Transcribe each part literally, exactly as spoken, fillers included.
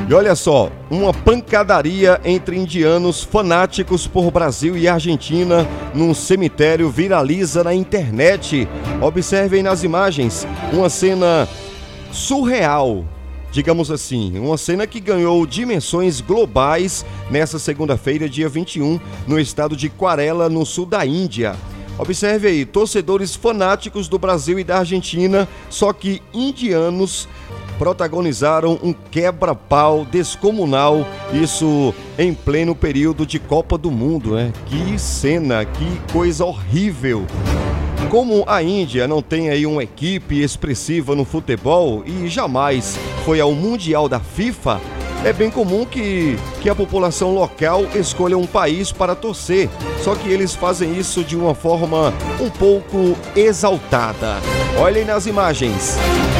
E olha só, uma pancadaria entre indianos fanáticos por Brasil e Argentina num cemitério viraliza na internet. Observem nas imagens uma cena surreal, digamos assim, uma cena que ganhou dimensões globais nessa segunda-feira, dia vinte e um, no estado de Kerala, no sul da Índia. Observe aí, torcedores fanáticos do Brasil e da Argentina, só que indianos, protagonizaram um quebra-pau descomunal, isso em pleno período de Copa do Mundo, né? Que cena, que coisa horrível. Como a Índia não tem aí uma equipe expressiva no futebol e jamais foi ao Mundial da FIFA, é bem comum que, que a população local escolha um país para torcer, só que eles fazem isso de uma forma um pouco exaltada. Olhem nas imagens.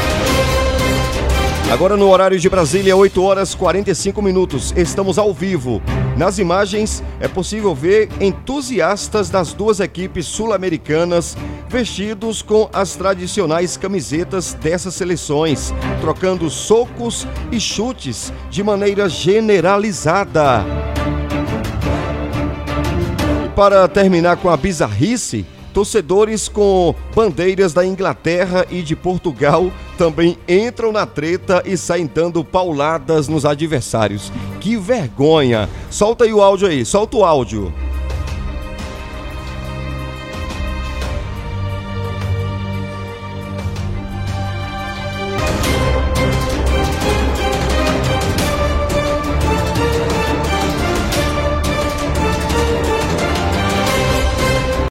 Agora no horário de Brasília, oito horas e quarenta e cinco minutos, estamos ao vivo. Nas imagens é possível ver entusiastas das duas equipes sul-americanas vestidos com as tradicionais camisetas dessas seleções, trocando socos e chutes de maneira generalizada. E para terminar com a bizarrice, torcedores com bandeiras da Inglaterra e de Portugal também entram na treta e saem dando pauladas nos adversários. Que vergonha! Solta aí o áudio aí, solta o áudio.